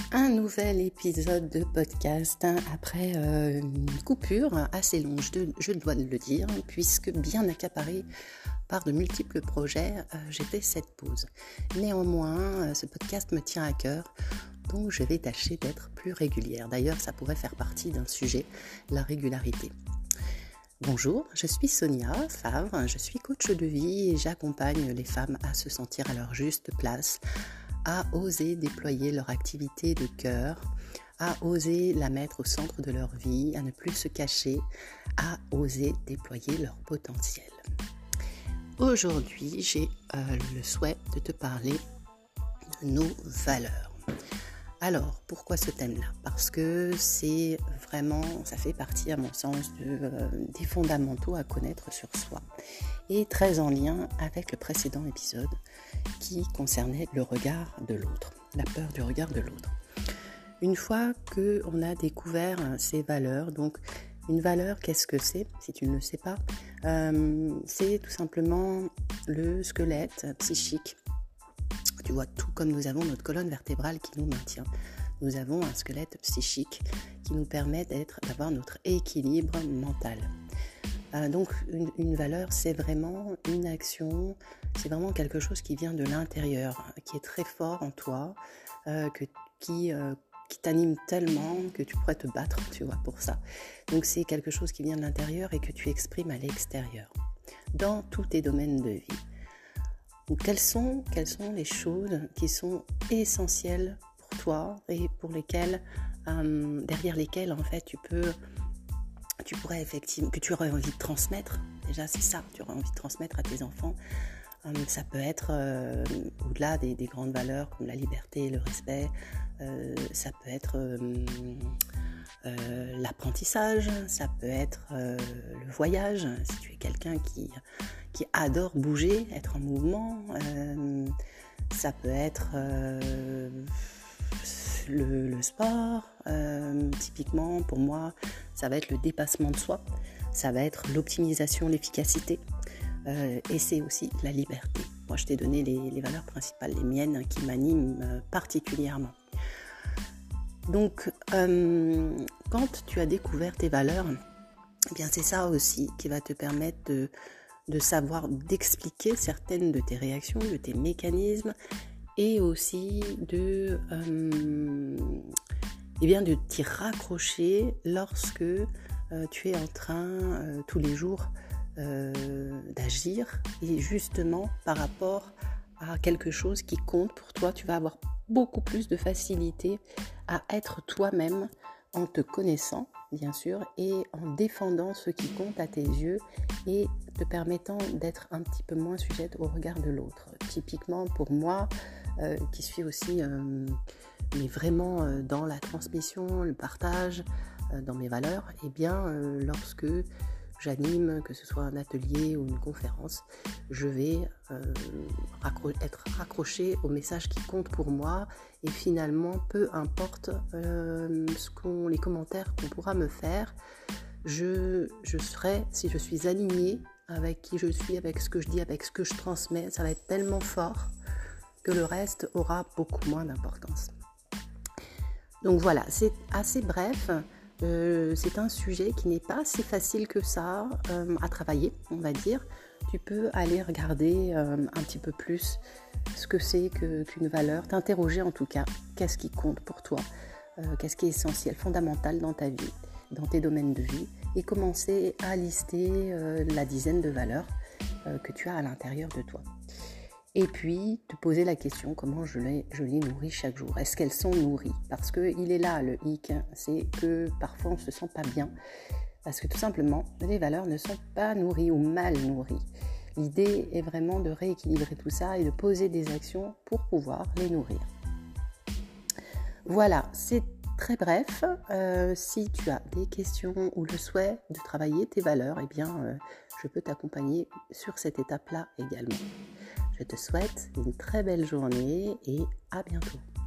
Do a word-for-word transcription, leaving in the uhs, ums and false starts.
Un nouvel épisode de podcast après euh, une coupure assez longue, je, je dois le dire, puisque bien accaparée par de multiples projets, euh, j'ai fait cette pause. Néanmoins, euh, ce podcast me tient à cœur, donc je vais tâcher d'être plus régulière. D'ailleurs, ça pourrait faire partie d'un sujet, la régularité. Bonjour, je suis Sonia Favre, je suis coach de vie et j'accompagne les femmes à se sentir à leur juste place, à oser déployer leur activité de cœur, à oser la mettre au centre de leur vie, à ne plus se cacher, à oser déployer leur potentiel. Aujourd'hui, j'ai euh, le souhait de te parler de nos valeurs. Alors, pourquoi ce thème-là ? Parce que c'est vraiment, ça fait partie à mon sens de, euh, des fondamentaux à connaître sur soi et très en lien avec le précédent épisode qui concernait le regard de l'autre, la peur du regard de l'autre. Une fois qu'on a découvert ces valeurs, donc une valeur, qu'est-ce que c'est ? Si tu ne le sais pas, euh, c'est tout simplement le squelette psychique. Tu vois, tout comme nous avons notre colonne vertébrale qui nous maintient, nous avons un squelette psychique qui nous permet d'être, d'avoir notre équilibre mental. Euh, donc une, une valeur, c'est vraiment une action, c'est vraiment quelque chose qui vient de l'intérieur, qui est très fort en toi, euh, que, qui, euh, qui t'anime tellement que tu pourrais te battre, tu vois, pour ça. Donc c'est quelque chose qui vient de l'intérieur et que tu exprimes à l'extérieur, dans tous tes domaines de vie. Donc, quelles sont, quelles sont les choses qui sont essentielles pour toi et pour lesquelles, euh, derrière lesquelles en fait tu peux, tu pourrais effectivement, que tu aurais envie de transmettre. Déjà c'est ça, tu aurais envie de transmettre à tes enfants. Euh, ça peut être euh, au-delà des, des grandes valeurs comme la liberté et le respect. Euh, ça peut être euh, euh, l'apprentissage, ça peut être euh, le voyage. Si tu es quelqu'un qui qui adore bouger, être en mouvement. Euh, ça peut être euh, le, le sport. Euh, typiquement, pour moi, ça va être le dépassement de soi. Ça va être l'optimisation, l'efficacité. Euh, et c'est aussi la liberté. Moi, je t'ai donné les, les valeurs principales, les miennes, qui m'animent euh, particulièrement. Donc, euh, quand tu as découvert tes valeurs, eh bien, c'est ça aussi qui va te permettre de de savoir, d'expliquer certaines de tes réactions, de tes mécanismes et aussi de, euh, eh bien de t'y raccrocher lorsque euh, tu es en train euh, tous les jours euh, d'agir et justement par rapport à quelque chose qui compte pour toi, tu vas avoir beaucoup plus de facilité à être toi-même en te connaissant, bien sûr, et en défendant ce qui compte à tes yeux et te permettant d'être un petit peu moins sujette au regard de l'autre. Typiquement, pour moi, euh, qui suis aussi, euh, mais vraiment euh, dans la transmission, le partage, euh, dans mes valeurs, eh bien, euh, lorsque j'anime, que ce soit un atelier ou une conférence, je vais euh, raccro- être raccrochée au message qui compte pour moi et finalement, peu importe euh, ce qu'on, les commentaires qu'on pourra me faire, je, je serai, si je suis alignée avec qui je suis, avec ce que je dis, avec ce que je transmets, ça va être tellement fort que le reste aura beaucoup moins d'importance. Donc voilà, c'est assez bref. Euh, c'est un sujet qui n'est pas si facile que ça euh, à travailler, on va dire. Tu peux aller regarder euh, un petit peu plus ce que c'est que, qu'une valeur, t'interroger en tout cas, qu'est-ce qui compte pour toi, euh, qu'est-ce qui est essentiel, fondamental dans ta vie, dans tes domaines de vie, et commencer à lister euh, la dizaine de valeurs euh, que tu as à l'intérieur de toi. Et puis, te poser la question, comment je les, je les nourris chaque jour ? Est-ce qu'elles sont nourries ? Parce qu'il est là, le hic, c'est que parfois on ne se sent pas bien. Parce que tout simplement, les valeurs ne sont pas nourries ou mal nourries. L'idée est vraiment de rééquilibrer tout ça et de poser des actions pour pouvoir les nourrir. Voilà, c'est très bref. Euh, si tu as des questions ou le souhait de travailler tes valeurs, eh bien, euh, je peux t'accompagner sur cette étape-là également. Je te souhaite une très belle journée et à bientôt.